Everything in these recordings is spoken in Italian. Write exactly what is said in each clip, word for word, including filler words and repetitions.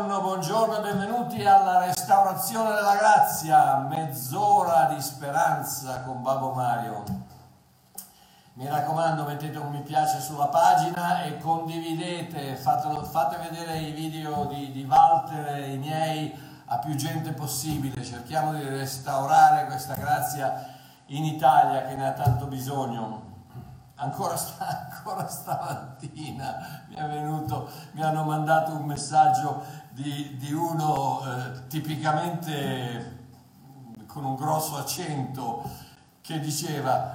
Buongiorno, buongiorno e benvenuti alla Restaurazione della Grazia, mezz'ora di speranza con Babbo Mario. Mi raccomando, mettete un mi piace sulla pagina e condividete, fatelo, fate vedere i video di, di Walter e i miei a più gente possibile. Cerchiamo di restaurare questa grazia in Italia che ne ha tanto bisogno. Ancora, sta, ancora stamattina mi è venuto, mi hanno mandato un messaggio di, di uno eh, tipicamente con un grosso accento che diceva: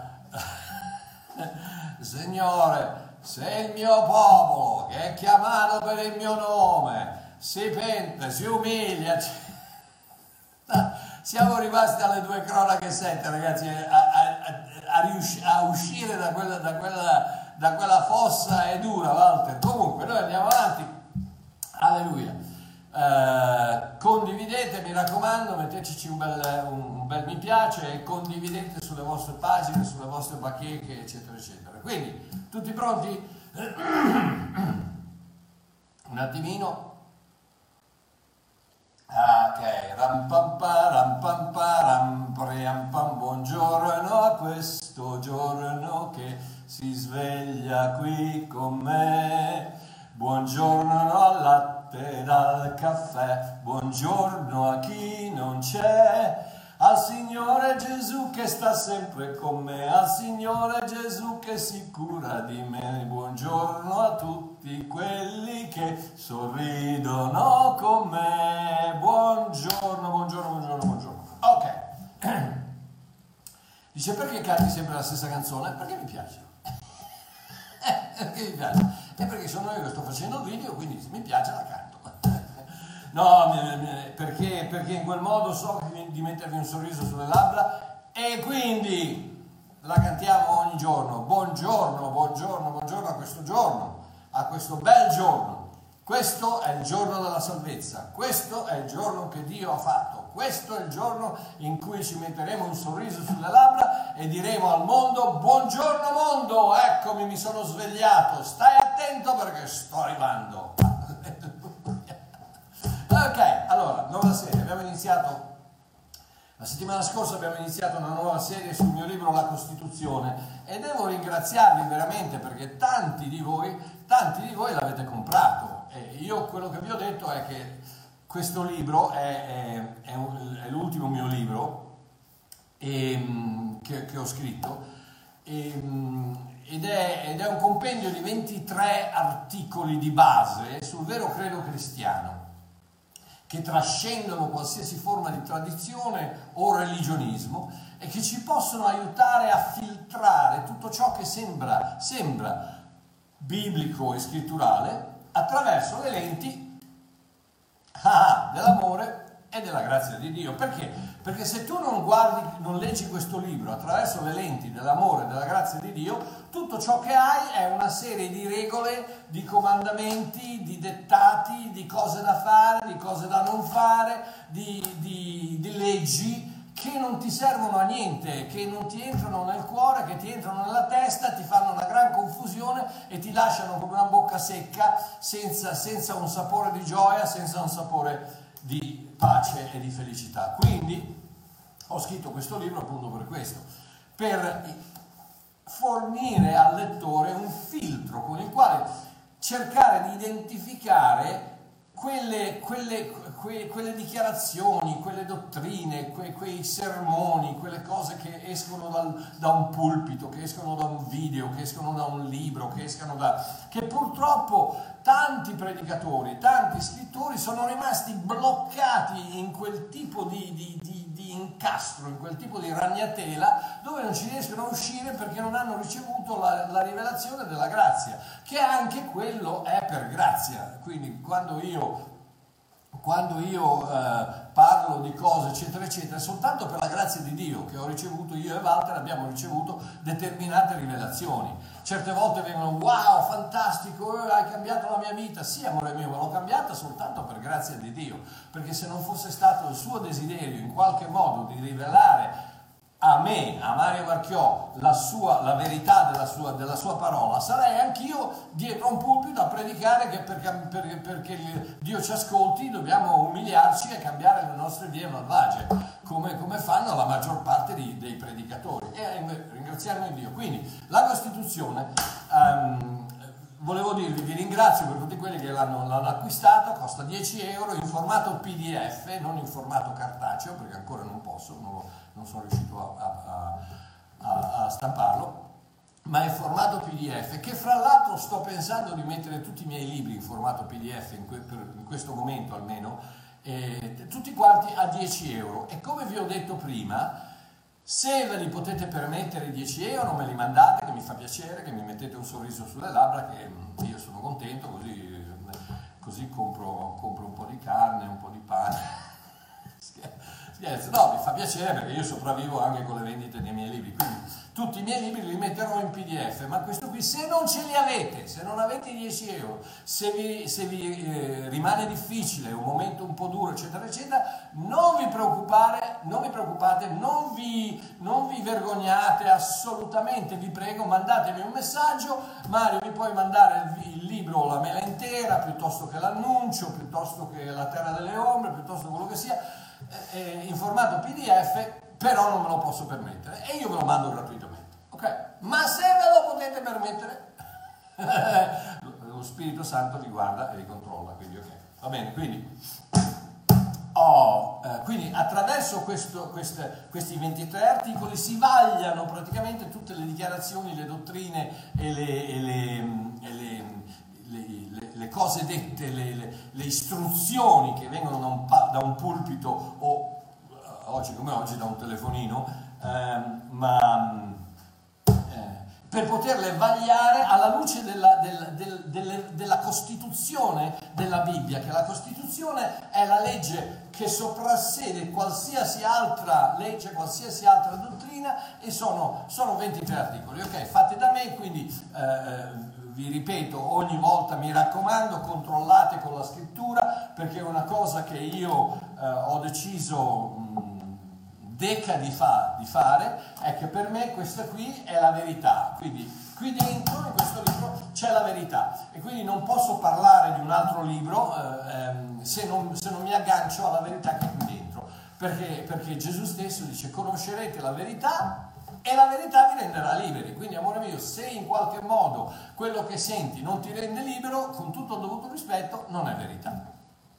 Signore, se il mio popolo che è chiamato per il mio nome si pente, si umilia. Siamo rimasti alle due cronache sette, ragazzi, a, a, a, riusci- a uscire da quella, da, quella, da quella fossa è dura, Walter. Comunque noi andiamo avanti, alleluia. Eh, condividete, mi raccomando, metteteci un bel, un, un bel mi piace e condividete sulle vostre pagine, sulle vostre bacheche, eccetera, eccetera. Quindi, tutti pronti? Un attimino. Ok, ram pam pa, ram pam pa, ram priam pam. Buongiorno a questo giorno che si sveglia qui con me. Buongiorno al latte ed al caffè. Buongiorno a chi non c'è. Al Signore Gesù che sta sempre con me, al Signore Gesù che si cura di me. Buongiorno a tutti quelli che sorridono con me. Buongiorno, buongiorno, buongiorno, buongiorno. Ok. Dice: perché canti sempre la stessa canzone? Perché mi piace. Eh, perché mi piace. E perché sono io che sto facendo il video, quindi se mi piace la canto. No, perché, perché in quel modo so di mettervi un sorriso sulle labbra e quindi la cantiamo ogni giorno. Buongiorno, buongiorno, buongiorno a questo giorno, a questo bel giorno. Questo è il giorno della salvezza, questo è il giorno che Dio ha fatto, questo è il giorno in cui ci metteremo un sorriso sulle labbra e diremo al mondo: buongiorno mondo, eccomi, mi sono svegliato, stai attento perché sto arrivando. Ok, allora, nuova serie, abbiamo iniziato, la settimana scorsa abbiamo iniziato una nuova serie sul mio libro La Costituzione e devo ringraziarvi veramente perché tanti di voi, tanti di voi l'avete comprato e io quello che vi ho detto è che questo libro è, è, è, un, è l'ultimo mio libro e, che, che ho scritto e, ed, è, ed è un compendio di ventitré articoli di base sul vero credo cristiano, che trascendono qualsiasi forma di tradizione o religionismo e che ci possono aiutare a filtrare tutto ciò che sembra, sembra biblico e scritturale attraverso le lenti ah, dell'amore e della grazia di Dio. Perché? Perché se tu non guardi, non leggi questo libro attraverso le lenti dell'amore e della grazia di Dio, tutto ciò che hai è una serie di regole, di comandamenti, di dettati, di cose da fare, di cose da non fare, di, di, di leggi che non ti servono a niente, che non ti entrano nel cuore, che ti entrano nella testa, ti fanno una gran confusione e ti lasciano con una bocca secca, senza, senza un sapore di gioia, senza un sapore di pace e di felicità. Quindi ho scritto questo libro appunto per questo, per fornire al lettore un filtro con il quale cercare di identificare quelle, quelle, que, quelle dichiarazioni, quelle dottrine, que, quei sermoni, quelle cose che escono dal, da un pulpito, che escono da un video, che escono da un libro, che escono da... che purtroppo tanti predicatori, tanti scrittori sono rimasti bloccati in quel tipo di, di, di, di incastro, in quel tipo di ragnatela dove non ci riescono a uscire perché non hanno ricevuto la, la rivelazione della grazia, che anche quello è per grazia. Quindi quando io Quando io eh, parlo di cose eccetera eccetera, è soltanto per la grazia di Dio che ho ricevuto, io e Walter abbiamo ricevuto determinate rivelazioni. Certe volte vengono: wow, fantastico, eh, hai cambiato la mia vita. Sì, amore mio, ma l'ho cambiata soltanto per grazia di Dio, perché se non fosse stato il suo desiderio in qualche modo di rivelare a me, a Mario Marchiò, la, sua, la verità della sua, della sua parola, sarei anch'io dietro a un pulpito a predicare che perché, perché, perché Dio ci ascolti dobbiamo umiliarci e cambiare le nostre vie malvagie, come, come fanno la maggior parte di, dei predicatori. E ringraziamo Dio. Quindi la Costituzione, um, volevo dirvi, vi ringrazio per tutti quelli che l'hanno, l'hanno acquistato, costa dieci euro in formato P D F, non in formato cartaceo, perché ancora non posso, non, lo, non sono riuscito a, a, a, a stamparlo, ma in formato P D F, che fra l'altro sto pensando di mettere tutti i miei libri in formato P D F, in, que, per, in questo momento almeno, eh, tutti quanti a dieci euro. E come vi ho detto prima, se ve li potete permettere dieci euro, me li mandate, che mi fa piacere, che mi mettete un sorriso sulle labbra, che io sono contento, così, così compro, compro un po' di carne, un po' di pane. Scherzo, no, mi fa piacere perché io sopravvivo anche con le vendite dei miei libri, quindi tutti i miei libri li metterò in P D F, ma questo qui, se non ce li avete, se non avete dieci euro, se vi, se vi eh, rimane difficile, un momento un po' duro, eccetera, eccetera, non vi preoccupare, non vi preoccupate, non vi, non vi vergognate assolutamente, vi prego, mandatemi un messaggio, Mario mi puoi mandare il, il libro o la mela intera, piuttosto che l'annuncio, piuttosto che la terra delle ombre, piuttosto che quello che sia, eh, in formato P D F, però non me lo posso permettere e io ve lo mando gratuitamente, ok? Ma se ve lo potete permettere, lo Spirito Santo vi guarda e vi controlla, quindi ok, va bene, quindi, oh, eh, quindi attraverso questo, queste, questi ventitré articoli si vagliano praticamente tutte le dichiarazioni, le dottrine e le, e le, e le Le, le, le cose dette, le, le, le istruzioni che vengono da un, da un pulpito o oggi come oggi da un telefonino, ehm, ma eh, per poterle vagliare alla luce della, del, del, delle, della Costituzione della Bibbia, che la Costituzione è la legge che soprassede qualsiasi altra legge, qualsiasi altra dottrina, e sono, sono ventitré articoli, ok, fatti da me, quindi eh, vi ripeto, ogni volta mi raccomando, controllate con la scrittura, perché una cosa che io eh, ho deciso mh, deca di, fa, di fare è che per me questa qui è la verità. Quindi qui dentro, in questo libro, c'è la verità. E quindi non posso parlare di un altro libro eh, ehm, se, non, se non mi aggancio alla verità che è qui dentro. Perché, perché Gesù stesso dice: conoscerete la verità e la verità vi renderà liberi. Quindi, amore mio, se in qualche modo quello che senti non ti rende libero, con tutto il dovuto rispetto, non è verità.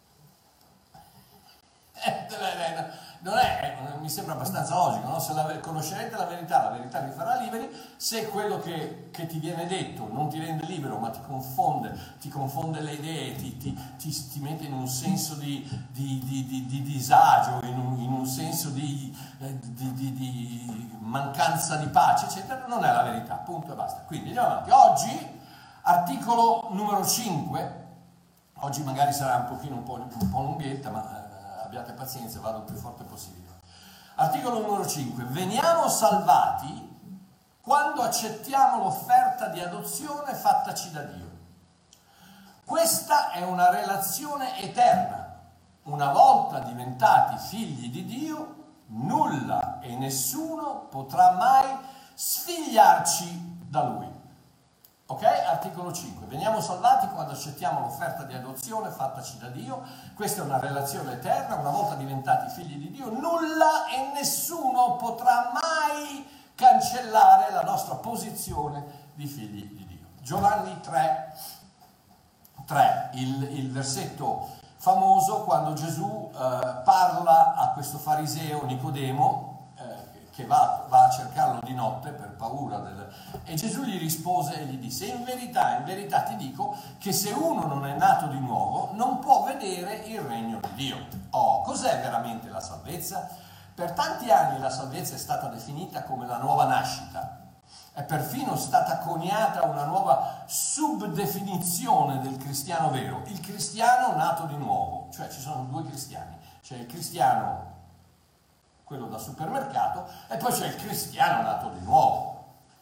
Non è, mi sembra abbastanza logico, no? Se la, conoscerete la verità, la verità vi farà liberi. Se quello che, che ti viene detto non ti rende libero, ma ti confonde, ti confonde le idee, ti, ti, ti, ti mette in un senso di, di, di, di, di disagio, in un, in un senso di, di, di, di mancanza di pace, eccetera, non è la verità, punto e basta. Quindi andiamo avanti. Oggi, articolo numero cinque, oggi magari sarà un pochino un po', un po' lunghetta, ma abbiate pazienza, vado il più forte possibile. Articolo numero cinque. Veniamo salvati quando accettiamo l'offerta di adozione fattaci da Dio. Questa è una relazione eterna. Una volta diventati figli di Dio, nulla e nessuno potrà mai sfigliarci da Lui. Ok? Articolo cinque. Veniamo salvati quando accettiamo l'offerta di adozione fattaci da Dio. Questa è una relazione eterna. Una volta diventati figli di Dio, nulla e nessuno potrà mai cancellare la nostra posizione di figli di Dio. Giovanni tre, tre il, il versetto famoso quando Gesù eh, parla a questo fariseo Nicodemo, che va, va a cercarlo di notte per paura del... e Gesù gli rispose e gli disse: in verità, in verità ti dico che se uno non è nato di nuovo non può vedere il regno di Dio. Oh, cos'è veramente la salvezza? Per tanti anni la salvezza è stata definita come la nuova nascita, è perfino stata coniata una nuova subdefinizione del cristiano vero, il cristiano nato di nuovo. Cioè ci sono due cristiani, c'è il cristiano, quello da supermercato, e poi c'è il cristiano nato di nuovo.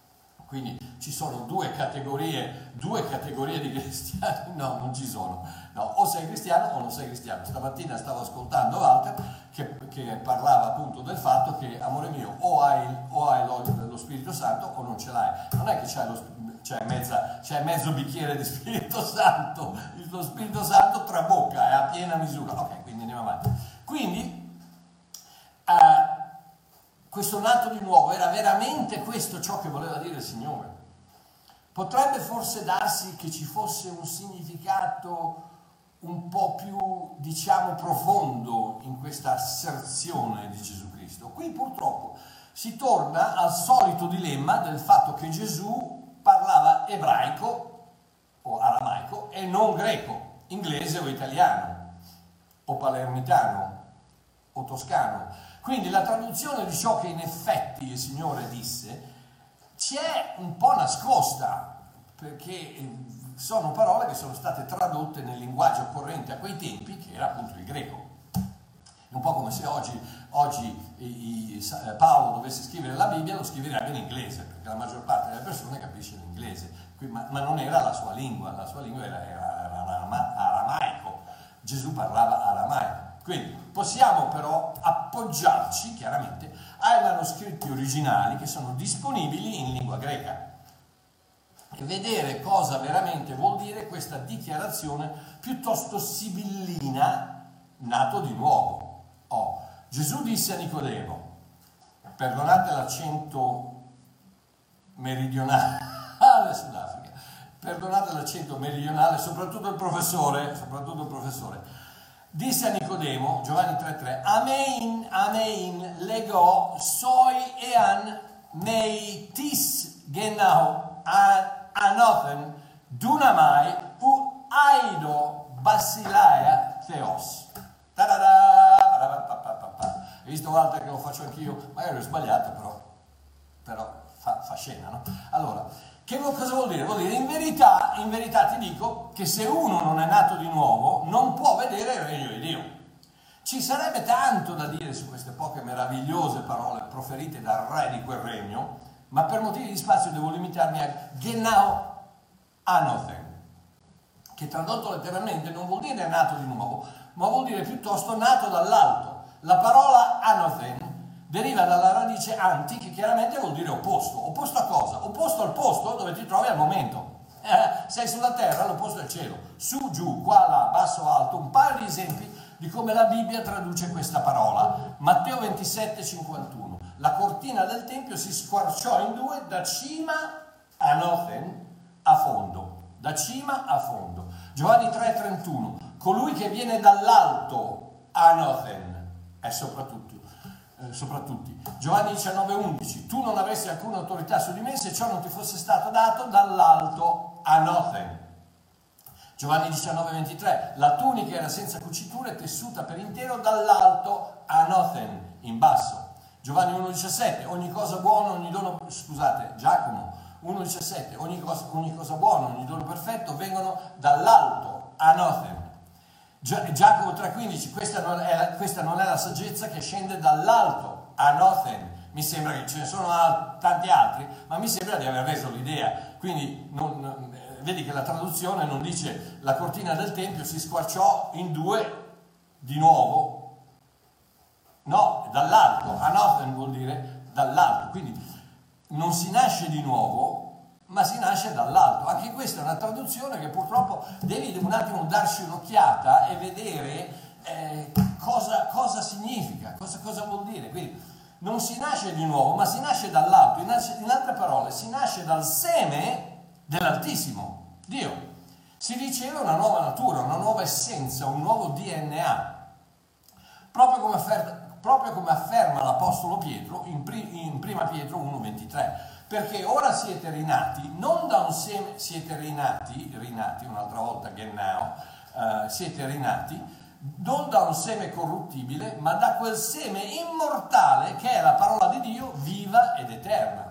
Quindi ci sono due categorie, due categorie di cristiani? No, non ci sono. No, o sei cristiano o non sei cristiano. Stamattina stavo ascoltando Walter che, che parlava appunto del fatto che, amore mio, o hai, o hai lo, lo Spirito Santo o non ce l'hai. Non è che c'hai, lo, c'hai, mezza, c'hai mezzo bicchiere di Spirito Santo, lo Spirito Santo trabocca, è a piena misura. Ok, quindi andiamo avanti. Quindi, eh, questo nato di nuovo era veramente questo ciò che voleva dire il Signore? Potrebbe forse darsi che ci fosse un significato un po' più, diciamo, profondo in questa asserzione di Gesù Cristo. Qui purtroppo si torna al solito dilemma del fatto che Gesù parlava ebraico o aramaico e non greco, inglese o italiano o palermitano o toscano. Quindi la traduzione di ciò che in effetti il Signore disse ci è un po' nascosta, perché sono parole che sono state tradotte nel linguaggio corrente a quei tempi, che era appunto il greco. È un po' come se oggi, oggi i, i, Paolo dovesse scrivere la Bibbia, lo scriverebbe in inglese, perché la maggior parte delle persone capisce l'inglese, ma, ma non era la sua lingua, la sua lingua era, era, era aramaico, Gesù parlava aramaico. Quindi possiamo però appoggiarci chiaramente ai manoscritti originali che sono disponibili in lingua greca e vedere cosa veramente vuol dire questa dichiarazione piuttosto sibillina, nato di nuovo. Oh, Gesù disse a Nicodemo, perdonate l'accento meridionale del Sudafrica, perdonate l'accento meridionale, soprattutto il professore, soprattutto il professore, disse a Nicodemo, Giovanni tre tre, Amen, Amen, legò, soi ean mei tis genau anothen dunamai u aido basilaia theos. Hai visto Walter che lo faccio anch'io? Magari ho sbagliato, però, però fa, fa scena, no? Allora, che cosa vuol dire? Vuol dire in verità, in verità ti dico che se uno non è nato di nuovo non può vedere il regno di Dio. Ci sarebbe tanto da dire su queste poche meravigliose parole proferite dal re di quel regno, ma per motivi di spazio devo limitarmi a genau anothen, che tradotto letteralmente non vuol dire nato di nuovo, ma vuol dire piuttosto nato dall'alto. La parola anothen deriva dalla radice anti, che chiaramente vuol dire opposto. Opposto a cosa? Opposto al posto dove ti trovi al momento. Eh, sei sulla terra, l'opposto è il cielo. Su, giù, qua, là, basso, alto. Un paio di esempi di come la Bibbia traduce questa parola. Matteo ventisette cinquantuno. La cortina del Tempio si squarciò in due da cima a Nothen a fondo. Da cima a fondo. Giovanni tre trentuno. Colui che viene dall'alto a Nothen è soprattutto Eh, soprattutto. Giovanni diciannove undici, tu non avresti alcuna autorità su di me se ciò non ti fosse stato dato dall'alto a Nothen. Giovanni diciannove ventitré, la tunica era senza cuciture, tessuta per intero dall'alto a Nothen, in basso. Giovanni uno diciassette, ogni cosa buona, ogni dono, scusate, Giacomo uno diciassette, ogni cosa, ogni cosa buona, ogni dono perfetto vengono dall'alto a Nothen. Giacomo tre quindici, questa non, è, questa non è la saggezza che scende dall'alto a Nothen. Mi sembra che ce ne sono al, tanti altri, ma mi sembra di aver reso l'idea. Quindi non, non, vedi che la traduzione non dice la cortina del Tempio si squarciò in due di nuovo. No, dall'alto. A Nothen vuol dire dall'alto. Quindi non si nasce di nuovo, ma si nasce dall'alto. Anche questa è una traduzione che purtroppo devi un attimo darci un'occhiata e vedere eh, cosa, cosa significa, cosa, cosa vuol dire. Quindi non si nasce di nuovo, ma si nasce dall'alto. In, in altre parole, si nasce dal seme dell'Altissimo, Dio. Si riceve una nuova natura, una nuova essenza, un nuovo D N A. Proprio come afferma, proprio come afferma l'Apostolo Pietro in, in prima Pietro uno ventitré. Perché ora siete rinati, non da un seme, siete rinati, rinati un'altra volta, genau, uh, siete rinati, non da un seme corruttibile, ma da quel seme immortale che è la parola di Dio, viva ed eterna.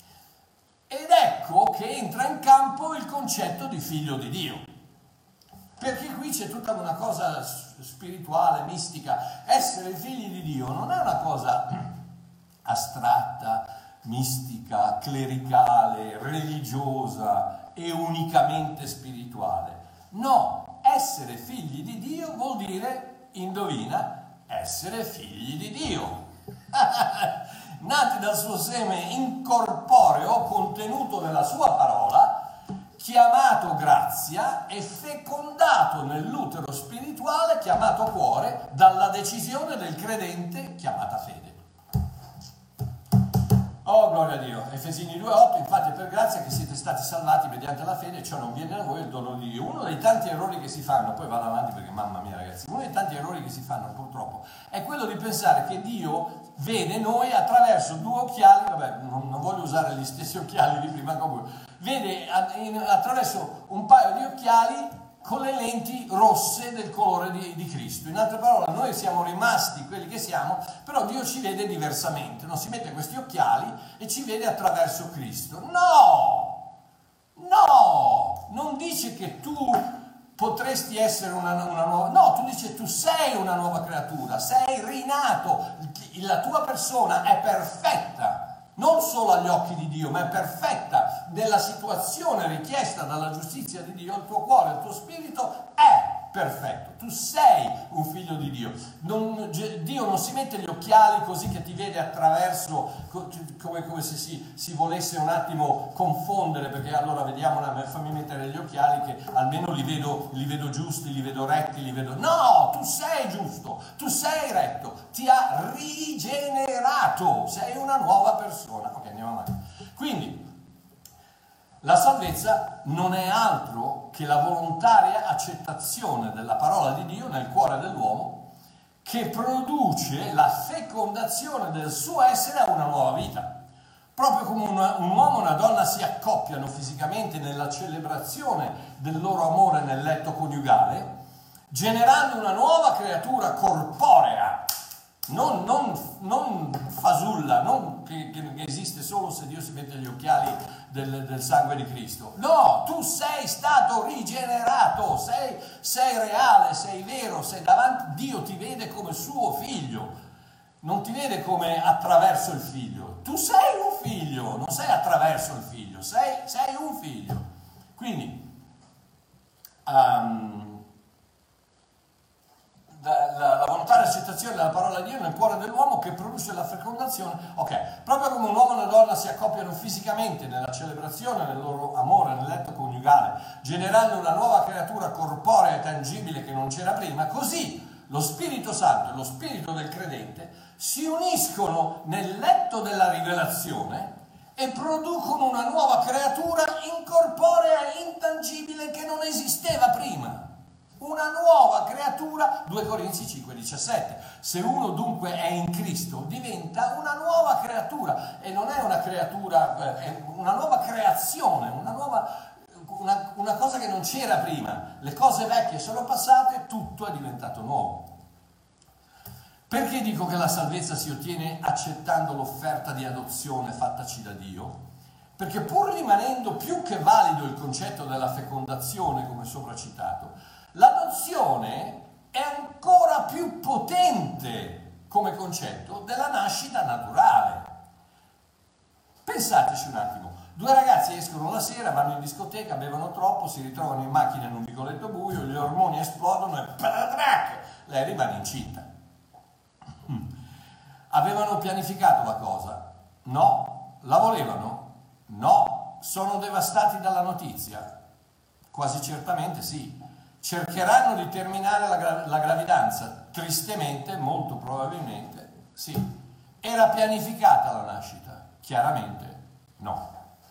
Ed ecco che entra in campo il concetto di figlio di Dio. Perché qui c'è tutta una cosa spirituale, mistica. Essere figli di Dio non è una cosa astratta, mistica, clericale, religiosa e unicamente spirituale. No, essere figli di Dio vuol dire, indovina, essere figli di Dio. Nati dal suo seme incorporeo contenuto nella sua parola, chiamato grazia e fecondato nell'utero spirituale chiamato cuore dalla decisione del credente chiamata fede. Oh, gloria a Dio. Efesini due otto, infatti è per grazia che siete stati salvati mediante la fede, ciò non viene da voi, il dono di Dio. Uno dei tanti errori che si fanno, poi vado avanti perché mamma mia ragazzi, uno dei tanti errori che si fanno purtroppo è quello di pensare che Dio vede noi attraverso due occhiali, vabbè, non, non voglio usare gli stessi occhiali di prima come voi, vede attraverso un paio di occhiali con le lenti rosse del colore di, di Cristo. In altre parole, noi siamo rimasti quelli che siamo, però Dio ci vede diversamente, non si mette questi occhiali e ci vede attraverso Cristo. No! No! Non dice che tu potresti essere una, una nuova... No, tu dici tu sei una nuova creatura, sei rinato, la tua persona è perfetta. Non solo agli occhi di Dio, ma è perfetta nella situazione richiesta dalla giustizia di Dio. Il tuo cuore, il tuo spirito è perfetto. Tu sei un figlio di Dio. Non, Dio non si mette gli occhiali così che ti vede attraverso, come, come se si, si volesse un attimo confondere, perché allora vediamo, fammi mettere gli occhiali che almeno li vedo, li vedo giusti, li vedo retti, li vedo... No, tu sei giusto, tu sei retto, ti ha rigenerato, sei una nuova persona. Ok, andiamo avanti. Quindi, la salvezza non è altro che la volontaria accettazione della parola di Dio nel cuore dell'uomo che produce la fecondazione del suo essere a una nuova vita. Proprio come una, un uomo e una donna si accoppiano fisicamente nella celebrazione del loro amore nel letto coniugale, generando una nuova creatura corporea, non, non, non fasulla, non che, che esiste solo se Dio si mette gli occhiali del, del sangue di Cristo. No, tu sei stato rigenerato, sei, sei reale, sei vero, sei davanti, Dio ti vede come suo figlio, non ti vede come attraverso il figlio. Tu sei un figlio, non sei attraverso il figlio, sei, sei un figlio. Quindi, um, La, la, la volontaria accettazione della parola di Dio nel cuore dell'uomo che produce la fecondazione. Ok, proprio come un uomo e una donna si accoppiano fisicamente nella celebrazione del loro amore nel letto coniugale, generando una nuova creatura corporea e tangibile che non c'era prima, così lo Spirito Santo e lo Spirito del credente si uniscono nel letto della rivelazione e producono una nuova creatura incorporea e intangibile che non esisteva prima. Una nuova creatura, due Corinzi cinque diciassette. Se uno dunque è in Cristo, diventa una nuova creatura e non è una creatura, è una nuova creazione, una nuova, una, una cosa che non c'era prima. Le cose vecchie sono passate, tutto è diventato nuovo. Perché dico che la salvezza si ottiene accettando l'offerta di adozione fattaci da Dio? Perché pur rimanendo più che valido il concetto della fecondazione, come sopra citato, l'adozione è ancora più potente come concetto della nascita naturale. Pensateci un attimo, due ragazzi escono la sera, vanno in discoteca, bevono troppo, si ritrovano in macchina in un vicoletto buio, gli ormoni esplodono e padatrac, lei rimane incinta. Avevano pianificato la cosa? No. La volevano? No. Sono devastati dalla notizia? Quasi certamente sì. Cercheranno di terminare la, gra- la gravidanza? Tristemente, molto probabilmente, sì. Era pianificata la nascita? Chiaramente no.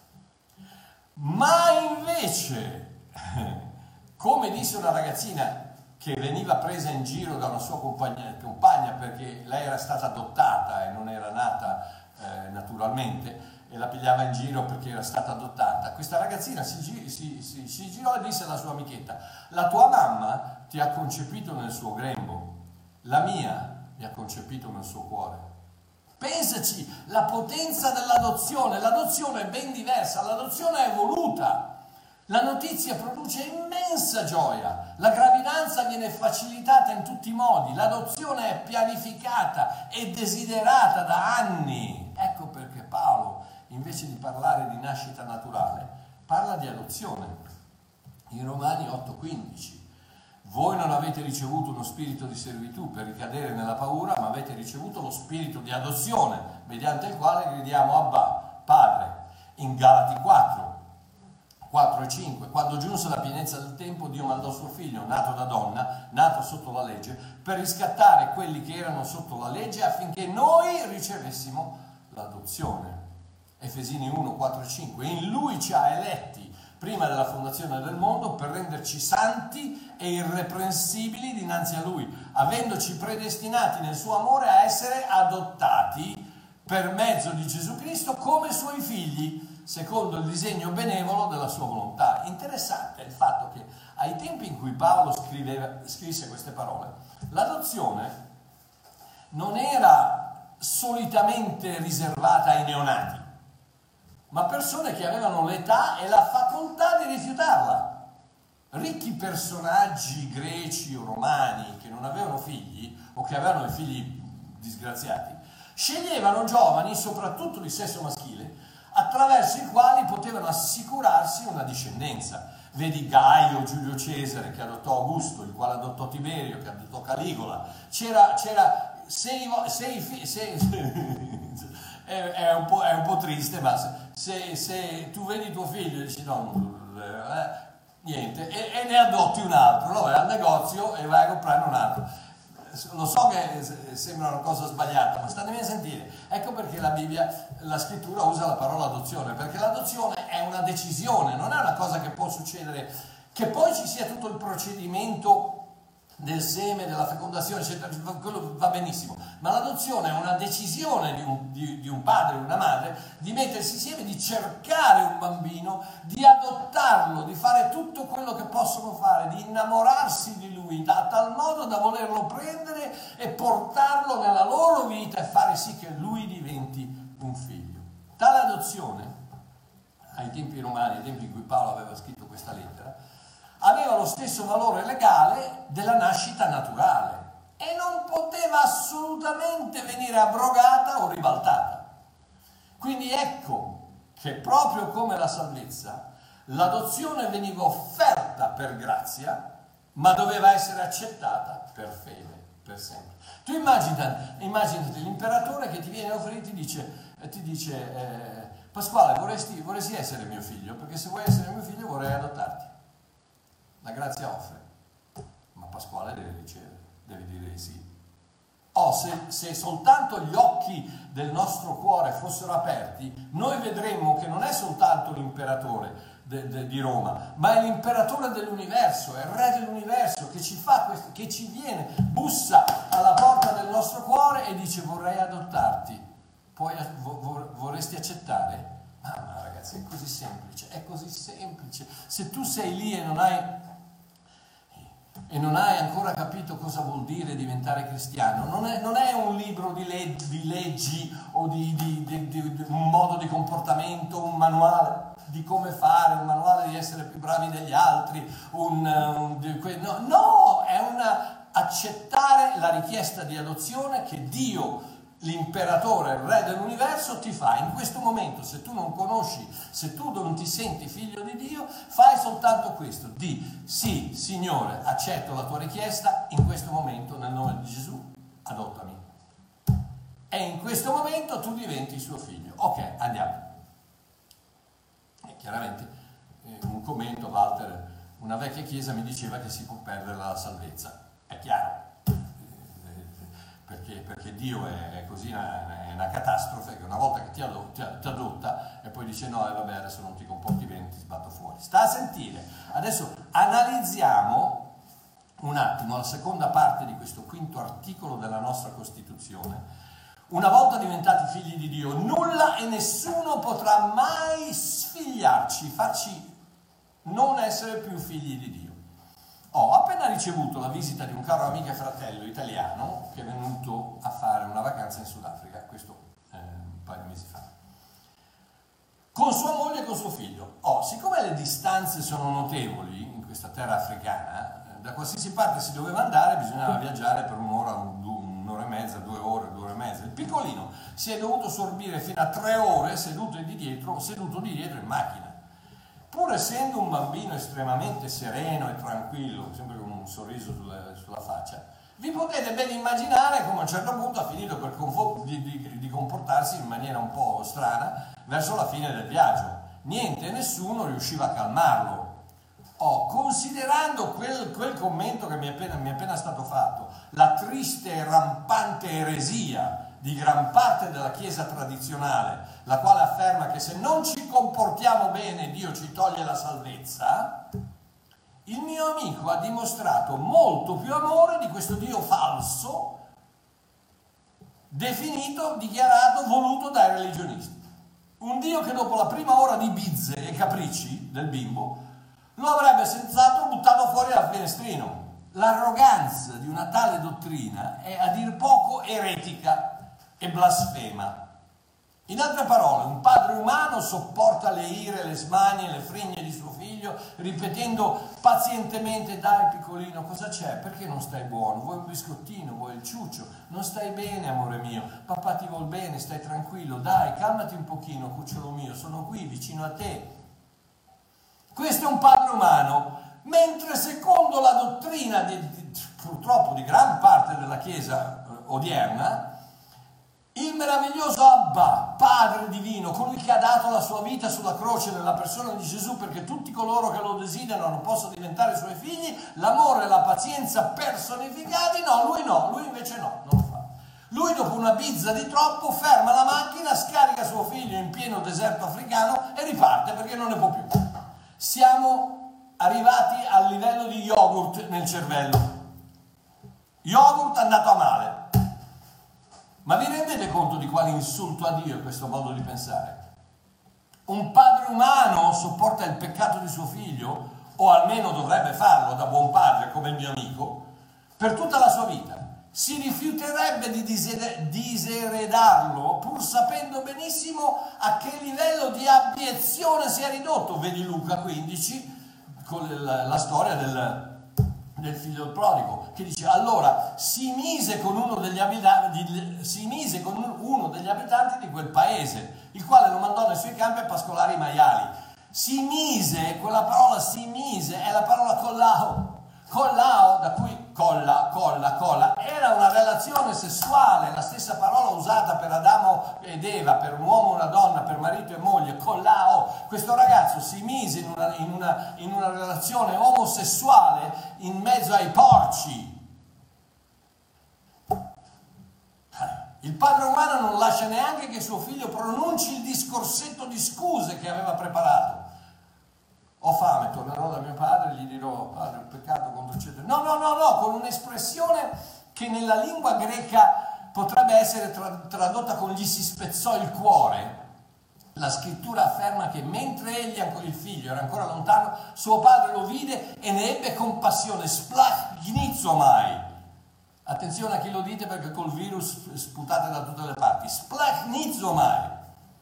Ma invece, come disse una ragazzina che veniva presa in giro da una sua compagna, compagna perché lei era stata adottata e non era nata eh, naturalmente, e la pigliava in giro perché era stata adottata, questa ragazzina si, si, si, si girò e disse alla sua amichetta: la tua mamma ti ha concepito nel suo grembo, la mia mi ha concepito nel suo cuore. Pensaci, la potenza dell'adozione. L'adozione è ben diversa, l'adozione è voluta. La notizia produce immensa gioia, la gravidanza viene facilitata in tutti i modi, l'adozione è pianificata e desiderata da anni. Ecco perché Paolo invece di parlare di nascita naturale, parla di adozione. In Romani otto quindici. Voi non avete ricevuto uno spirito di servitù per ricadere nella paura, ma avete ricevuto lo spirito di adozione, mediante il quale gridiamo Abba, Padre. In Galati quattro, quattro e cinque, quando giunse la pienezza del tempo, Dio mandò suo figlio, nato da donna, nato sotto la legge, per riscattare quelli che erano sotto la legge affinché noi ricevessimo l'adozione. Efesini uno, quattro e cinque. In lui ci ha eletti prima della fondazione del mondo per renderci santi e irreprensibili dinanzi a lui, avendoci predestinati nel suo amore a essere adottati per mezzo di Gesù Cristo come suoi figli, secondo il disegno benevolo della sua volontà. Interessante il fatto che ai tempi in cui Paolo scriveva, scrisse queste parole, l'adozione non era solitamente riservata ai neonati, ma persone che avevano l'età e la facoltà di rifiutarla. Ricchi personaggi greci o romani che non avevano figli o che avevano i figli disgraziati, sceglievano giovani, soprattutto di sesso maschile, attraverso i quali potevano assicurarsi una discendenza. Vedi Gaio, Giulio Cesare che adottò Augusto, il quale adottò Tiberio, che adottò Caligola. C'era, c'era sei, sei, sei, sei è, è, un po', è un po' triste, ma se, se tu vedi tuo figlio e dici no, eh, niente, e, e ne adotti un altro, no? Vai al negozio e vai a comprare un altro. Lo so che sembra una cosa sbagliata, ma statemi a sentire. Ecco perché la Bibbia, la scrittura usa la parola adozione, perché l'adozione è una decisione, non è una cosa che può succedere, che poi ci sia tutto il procedimento del seme, della fecondazione, eccetera, quello va benissimo, ma l'adozione è una decisione di un, di, di un padre o una madre di mettersi insieme, di cercare un bambino, di adottarlo, di fare tutto quello che possono fare, di innamorarsi di lui, a tal modo da volerlo prendere e portarlo nella loro vita e fare sì che lui diventi un figlio. Tale adozione, ai tempi romani, ai tempi in cui Paolo aveva scritto questa lettera, aveva lo stesso valore legale della nascita naturale e non poteva assolutamente venire abrogata o ribaltata. Quindi ecco che proprio come la salvezza, l'adozione veniva offerta per grazia, ma doveva essere accettata per fede, per sempre. Tu immaginati, immaginati l'imperatore che ti viene a offrire e ti dice, ti dice eh, Pasquale, vorresti, vorresti essere mio figlio? Perché se vuoi essere mio figlio vorrei adottarti. La grazia offre, ma Pasquale deve ricevere, deve dire sì. Oh, se, se soltanto gli occhi del nostro cuore fossero aperti, noi vedremmo che non è soltanto l'imperatore de, de, di Roma, ma è l'imperatore dell'universo, è il re dell'universo che ci fa questo, che ci viene, bussa alla porta del nostro cuore e dice vorrei adottarti, poi vo, vorresti accettare? Ah, ma ragazzi, è così semplice, è così semplice. Se tu sei lì e non hai e non hai ancora capito cosa vuol dire diventare cristiano, non è, non è un libro di, le, di leggi o di, di, di, di, di un modo di comportamento, un manuale di come fare, un manuale di essere più bravi degli altri, un, un, di, no, no, è una accettare la richiesta di adozione che Dio, l'imperatore, il re dell'universo, ti fa. In questo momento, se tu non conosci, se tu non ti senti figlio di Dio, fai soltanto questo: di sì, Signore, accetto la tua richiesta in questo momento, nel nome di Gesù, adottami. E in questo momento tu diventi suo figlio. Ok, andiamo. E chiaramente, eh, un commento, Walter, una vecchia chiesa mi diceva che si può perdere la salvezza. È chiaro. Perché, perché Dio è, è così, una, è una catastrofe che una volta che ti, adot, ti, ti adotta e poi dice no, e vabbè, adesso non ti comporti bene, ti sbatto fuori. Sta a sentire. Adesso analizziamo un attimo la seconda parte di questo quinto articolo della nostra Costituzione. Una volta diventati figli di Dio, nulla e nessuno potrà mai sfigliarci, farci non essere più figli di Dio. Ho appena ricevuto la visita di un caro amico e fratello italiano che è venuto a fare una vacanza in Sudafrica, questo eh, un paio di mesi fa, con sua moglie e con suo figlio. Oh, siccome le distanze sono notevoli in questa terra africana, da qualsiasi parte si doveva andare bisognava viaggiare per un'ora, un'ora e mezza, due ore, due ore e mezza. Il piccolino si è dovuto sorbire fino a tre ore seduto di dietro, seduto di dietro in macchina. Pur essendo un bambino estremamente sereno e tranquillo, sempre con un sorriso sulla, sulla faccia, vi potete ben immaginare come a un certo punto ha finito per confo- di, di, di comportarsi in maniera un po' strana verso la fine del viaggio. Niente e nessuno riusciva a calmarlo. Oh, considerando quel, quel commento che mi è, appena, mi è appena stato fatto, la triste e rampante eresia di gran parte della Chiesa tradizionale, la quale afferma che se non ci comportiamo bene Dio ci toglie la salvezza, il mio amico ha dimostrato molto più amore di questo Dio falso, definito, dichiarato, voluto dai religionisti. Un Dio che dopo la prima ora di bizze e capricci del bimbo lo avrebbe senz'altro buttato fuori dal finestrino. L'arroganza di una tale dottrina è a dir poco eretica e blasfema. In altre parole, un padre umano sopporta le ire, le smanie, le frigne di suo figlio, ripetendo pazientemente: dai piccolino, cosa c'è? Perché non stai buono? Vuoi un biscottino? Vuoi il ciuccio? Non stai bene, amore mio? Papà ti vuol bene, stai tranquillo, dai, calmati un pochino, cucciolo mio, sono qui vicino a te. Questo è un padre umano, mentre secondo la dottrina di, di, purtroppo di gran parte della Chiesa odierna, il meraviglioso Abba, Padre divino, colui che ha dato la sua vita sulla croce nella persona di Gesù perché tutti coloro che lo desiderano possano diventare suoi figli, l'amore e la pazienza personificati, no, lui no, lui invece no, non lo fa. Lui dopo una bizza di troppo ferma la macchina, scarica suo figlio in pieno deserto africano e riparte perché non ne può più. Siamo arrivati al livello di yogurt nel cervello. Yogurt andato a male. Ma vi rendete conto di quale insulto a Dio è questo modo di pensare? Un padre umano sopporta il peccato di suo figlio, o almeno dovrebbe farlo da buon padre come il mio amico, per tutta la sua vita. Si rifiuterebbe di diseredarlo pur sapendo benissimo a che livello di abiezione si è ridotto. Vedi Luca quindici con la, la storia del, del figlio prodigo, che dice: allora si mise con uno degli abitanti, si mise con uno degli abitanti di quel paese, il quale lo mandò nei suoi campi a pascolare i maiali. Si mise, quella parola si mise è la parola collao, collao da cui colla, colla, colla, era una relazione sessuale, la stessa parola usata per Adamo ed Eva, per un uomo e una donna, per marito e moglie, collao. Questo ragazzo si mise in una, in una, in una relazione omosessuale in mezzo ai porci. Il padre umano non lascia neanche che suo figlio pronunci il discorsetto di scuse che aveva preparato. Ho fame, tornerò da mio padre e gli dirò: padre, ho peccato contro eccetera. No, no, no, no, con un'espressione che nella lingua greca potrebbe essere tra- tradotta con gli si spezzò il cuore. La scrittura afferma che mentre egli, il figlio, era ancora lontano, suo padre lo vide e ne ebbe compassione. Splach gnizzomai. Attenzione a chi lo dite perché col virus sputate da tutte le parti. Splach gnizzomai.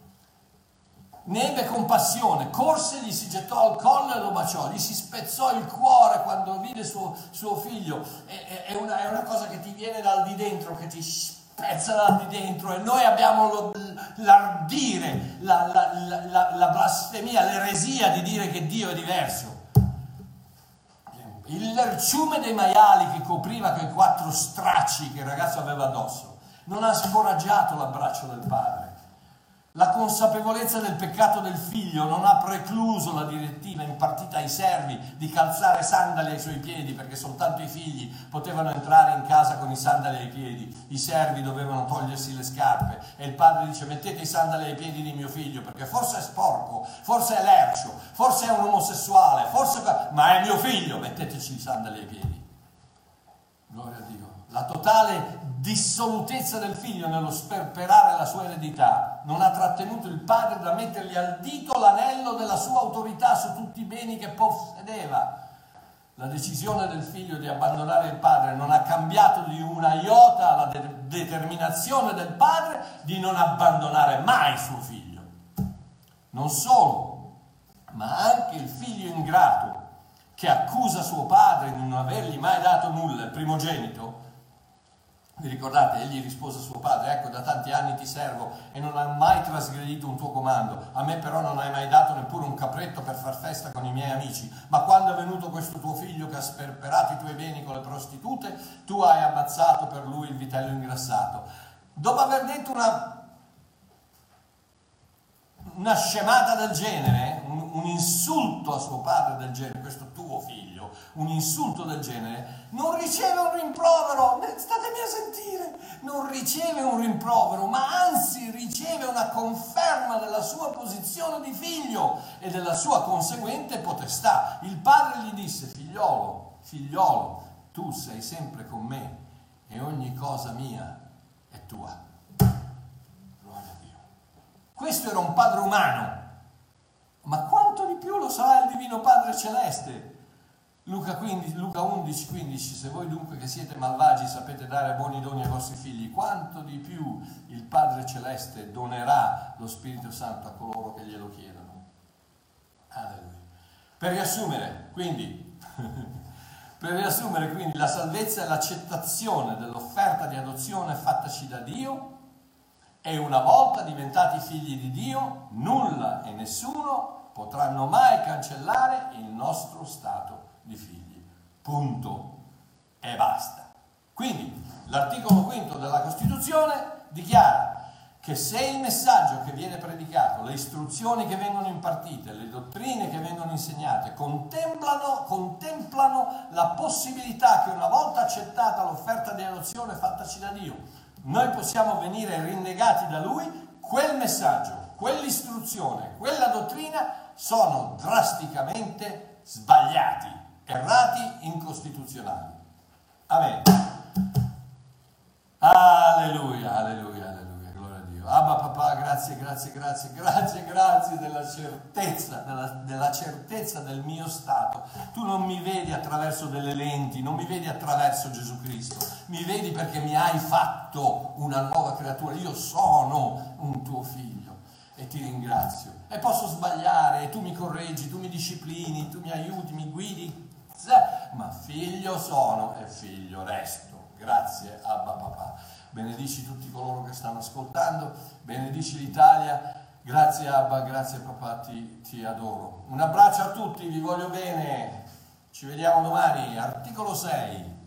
Ne ebbe compassione, corse, gli si gettò al collo e lo baciò, gli si spezzò il cuore quando vide suo, suo figlio. È, è, una, è una cosa che ti viene dal di dentro, che ti spezza dal di dentro, e noi abbiamo lo, l'ardire, la, la, la, la, la blasfemia, l'eresia di dire che Dio è diverso. Il lerciume dei maiali che copriva quei quattro stracci che il ragazzo aveva addosso non ha scoraggiato l'abbraccio del padre. La consapevolezza del peccato del figlio non ha precluso la direttiva impartita ai servi di calzare sandali ai suoi piedi, perché soltanto i figli potevano entrare in casa con i sandali ai piedi. I servi dovevano togliersi le scarpe e il padre dice: mettete i sandali ai piedi di mio figlio perché forse è sporco, forse è lercio, forse è un omosessuale, forse... ma è mio figlio, metteteci i sandali ai piedi. Gloria a Dio. La totale dissolutezza del figlio nello sperperare la sua eredità non ha trattenuto il padre da mettergli al dito l'anello della sua autorità su tutti i beni che possedeva. La decisione del figlio di abbandonare il padre non ha cambiato di una iota la de- determinazione del padre di non abbandonare mai suo figlio. Non solo, ma anche il figlio ingrato che accusa suo padre di non avergli mai dato nulla, il primogenito, Vi ricordate? Egli rispose a suo padre: ecco, da tanti anni ti servo e non hai mai trasgredito un tuo comando. A me però non hai mai dato neppure un capretto per far festa con i miei amici. Ma quando è venuto questo tuo figlio che ha sperperato i tuoi beni con le prostitute, tu hai ammazzato per lui il vitello ingrassato. Dopo aver detto una, una scemata del genere, un, un insulto a suo padre del genere, questo tuo figlio, un insulto del genere, non riceve un rimprovero, statemi a sentire, non riceve un rimprovero, ma anzi riceve una conferma della sua posizione di figlio e della sua conseguente potestà. Il padre gli disse: figliolo, figliolo, tu sei sempre con me e ogni cosa mia è tua. Gloria a Dio. Questo era un padre umano, ma quanto di più lo sarà il divino Padre Celeste. Luca, quindici, Luca undici quindici: se voi dunque che siete malvagi sapete dare buoni doni ai vostri figli, quanto di più il Padre Celeste donerà lo Spirito Santo a coloro che glielo chiedono. Alleluia. Per riassumere, quindi, per riassumere quindi, la salvezza è l'accettazione dell'offerta di adozione fattaci da Dio, e una volta diventati figli di Dio, nulla e nessuno potranno mai cancellare il nostro stato di figli. Punto. E basta. Quindi l'articolo quinto della Costituzione dichiara che se il messaggio che viene predicato, le istruzioni che vengono impartite, le dottrine che vengono insegnate contemplano, contemplano la possibilità che una volta accettata l'offerta di adozione fattaci da Dio, noi possiamo venire rinnegati da Lui, quel messaggio, quell'istruzione, quella dottrina sono drasticamente sbagliati, errati, incostituzionali. Amen. Alleluia, alleluia, alleluia, gloria a Dio. Abba papà, grazie, grazie, grazie, grazie, grazie della certezza, della, della certezza del mio stato. Tu non mi vedi attraverso delle lenti, non mi vedi attraverso Gesù Cristo, mi vedi perché mi hai fatto una nuova creatura. Io sono un tuo figlio e ti ringrazio. E posso sbagliare, e tu mi correggi, tu mi disciplini, tu mi aiuti, mi guidi, ma figlio sono e figlio resto. Grazie Abba papà. Benedici tutti coloro che stanno ascoltando, benedici l'Italia. Grazie Abba, grazie papà, ti, ti adoro. Un abbraccio a tutti, vi voglio bene. Ci vediamo domani, articolo sei.